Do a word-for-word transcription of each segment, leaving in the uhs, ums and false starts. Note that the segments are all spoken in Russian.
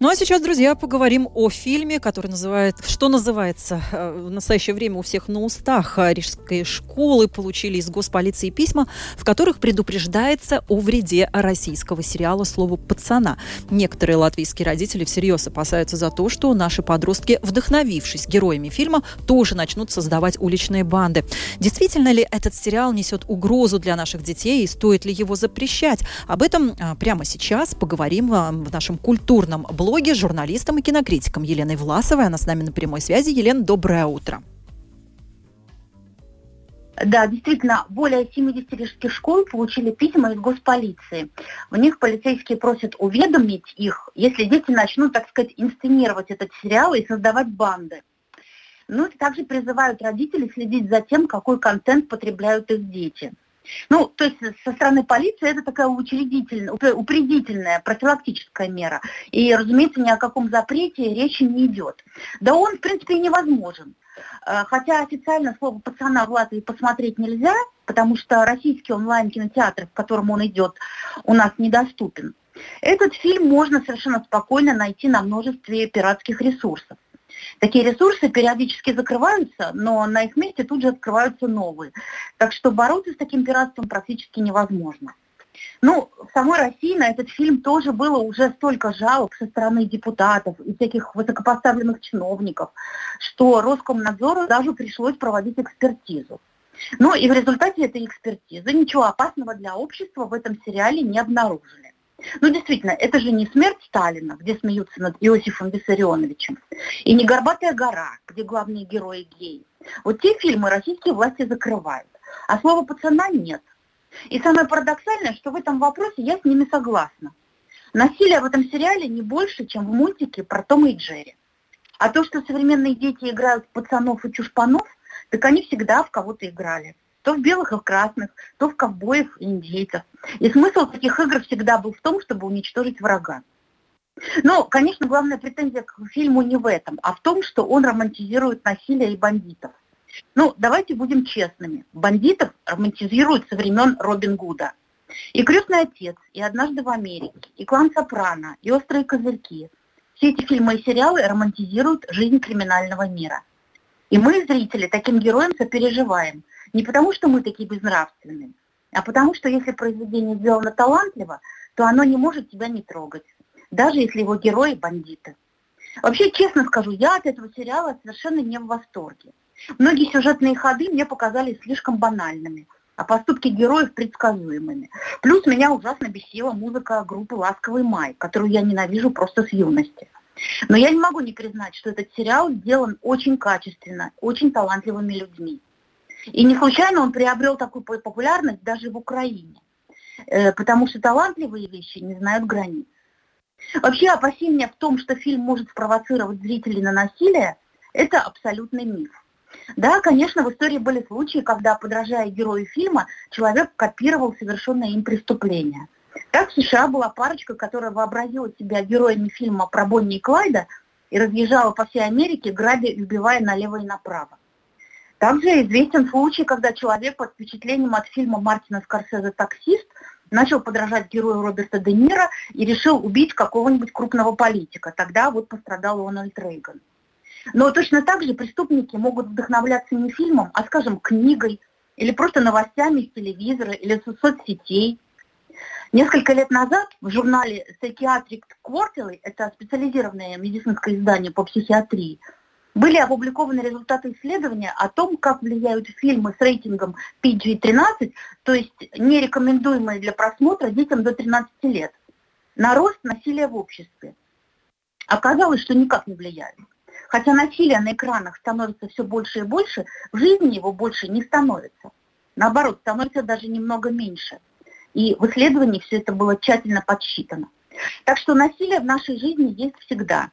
Ну а сейчас, друзья, поговорим о фильме, который называет, что называется в настоящее время у всех на устах. Рижские школы получили из госполиции письма, в которых предупреждается о вреде российского сериала «Слово пацана». Некоторые латвийские родители всерьез опасаются за то, что наши подростки, вдохновившись героями фильма, тоже начнут создавать уличные банды. Действительно ли этот сериал несет угрозу для наших детей и стоит ли его запрещать? Об этом прямо сейчас поговорим в нашем культурном блоге с журналистом и кинокритиком Еленой Власовой. Она с нами на прямой связи. Елена, доброе утро. Да, действительно, более семидесяти рижских школ получили письма из госполиции. В них полицейские просят уведомить их, если дети начнут, так сказать, инсценировать этот сериал и создавать банды. Ну и также призывают родителей следить за тем, какой контент потребляют их дети. Ну, то есть со стороны полиции это такая учредительная, упредительная, профилактическая мера. И, разумеется, ни о каком запрете речи не идет. Да он, в принципе, и невозможен. Хотя официально «Слово пацана» в Латвии посмотреть нельзя, потому что российский онлайн-кинотеатр, в котором он идет, у нас недоступен. Этот фильм можно совершенно спокойно найти на множестве пиратских ресурсов. Такие ресурсы периодически закрываются, но на их месте тут же открываются новые. Так что бороться с таким пиратством практически невозможно. Ну, в самой России на этот фильм тоже было уже столько жалоб со стороны депутатов и всяких высокопоставленных чиновников, что Роскомнадзору даже пришлось проводить экспертизу. Ну и в результате этой экспертизы ничего опасного для общества в этом сериале не обнаружили. Ну, действительно, это же не «Смерть Сталина», где смеются над Иосифом Виссарионовичем, и не «Горбатая гора», где главные герои геи. Вот те фильмы российские власти закрывают, а «Слово пацана» нет. И самое парадоксальное, что в этом вопросе я с ними согласна. Насилие в этом сериале не больше, чем в мультике про Тома и Джерри. А то, что современные дети играют в пацанов и чушпанов, так они всегда в кого-то играли. То в белых и в красных, то в ковбоев и индейцев. И смысл таких игр всегда был в том, чтобы уничтожить врага. Но, конечно, главная претензия к фильму не в этом, а в том, что он романтизирует насилие и бандитов. Ну, давайте будем честными. Бандитов романтизируют со времен Робин Гуда. И «Крестный отец», и «Однажды в Америке», и «Клан Сопрано», и «Острые козырьки». Все эти фильмы и сериалы романтизируют жизнь криминального мира. И мы, зрители, таким героям сопереживаем. Не потому, что мы такие безнравственные, а потому, что если произведение сделано талантливо, то оно не может тебя не трогать, даже если его герои бандиты. Вообще, честно скажу, я от этого сериала совершенно не в восторге. Многие сюжетные ходы мне показались слишком банальными, а поступки героев предсказуемыми. Плюс меня ужасно бесила музыка группы «Ласковый май», которую я ненавижу просто с юности. Но я не могу не признать, что этот сериал сделан очень качественно, очень талантливыми людьми. И не случайно он приобрел такую популярность даже в Украине, потому что талантливые вещи не знают границ. Вообще опасения в том, что фильм может спровоцировать зрителей на насилие, это абсолютный миф. Да, конечно, в истории были случаи, когда, подражая герою фильма, человек копировал совершенное им преступление. Так в США была парочка, которая вообразила себя героями фильма про Бонни и Клайда и разъезжала по всей Америке, грабя и убивая налево и направо. Также известен случай, когда человек под впечатлением от фильма Мартина Скорсезе «Таксист» начал подражать герою Роберта Де Ниро и решил убить какого-нибудь крупного политика. Тогда вот пострадал Рональд Рейган. Но точно так же преступники могут вдохновляться не фильмом, а, скажем, книгой или просто новостями из телевизора или из соцсетей. Несколько лет назад в журнале Psychiatric Quarterly, это специализированное медицинское издание по психиатрии, были опубликованы результаты исследования о том, как влияют фильмы с рейтингом пи джи тринадцать, то есть нерекомендуемые для просмотра детям до тринадцати лет, на рост насилия в обществе. Оказалось, что никак не влияют. Хотя насилие на экранах становится все больше и больше, в жизни его больше не становится. Наоборот, становится даже немного меньше. И в исследовании все это было тщательно подсчитано. Так что насилие в нашей жизни есть всегда.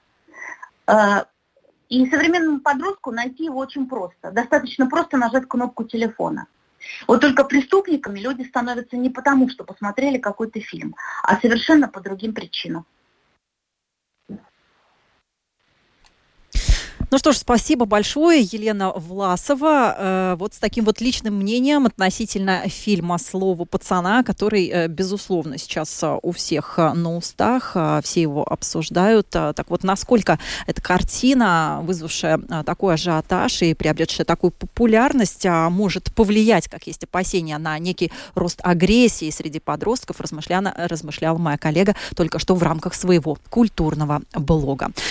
И современному подростку найти его очень просто. Достаточно просто нажать кнопку телефона. Вот только преступниками люди становятся не потому, что посмотрели какой-то фильм, а совершенно по другим причинам. Ну что ж, спасибо большое, Елена Власова. Э, вот с таким вот личным мнением относительно фильма «Слово пацана», который, э, безусловно, сейчас э, у всех э, на устах, э, все его обсуждают. Э, так вот, насколько эта картина, вызвавшая э, такой ажиотаж и приобретшая такую популярность, э, может повлиять, как есть опасения, на некий рост агрессии среди подростков, размышляла, размышляла моя коллега только что в рамках своего культурного блога.